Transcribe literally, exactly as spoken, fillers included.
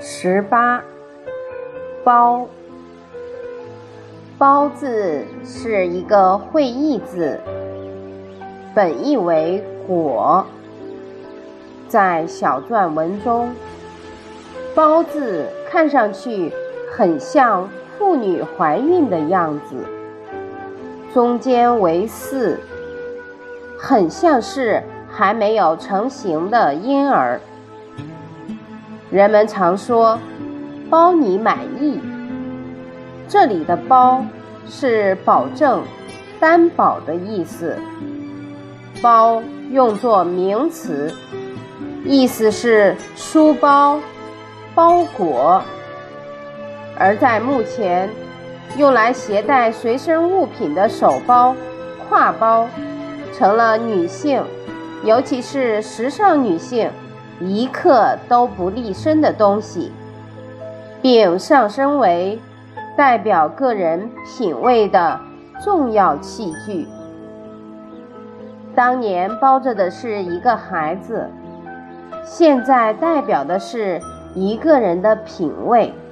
十八，包。包字是一个会意字，本意为果。在小篆文中，包字看上去很像妇女怀孕的样子，中间为四，很像是还没有成型的婴儿。人们常说包你满意，这里的包是保证、担保的意思。包用作名词，意思是书包、包裹，而在目前用来携带随身物品的手包、挎包成了女性，尤其是时尚女性一刻都不离身的东西，并上升为代表个人品味的重要器具。当年包着的是一个孩子，现在代表的是一个人的品味。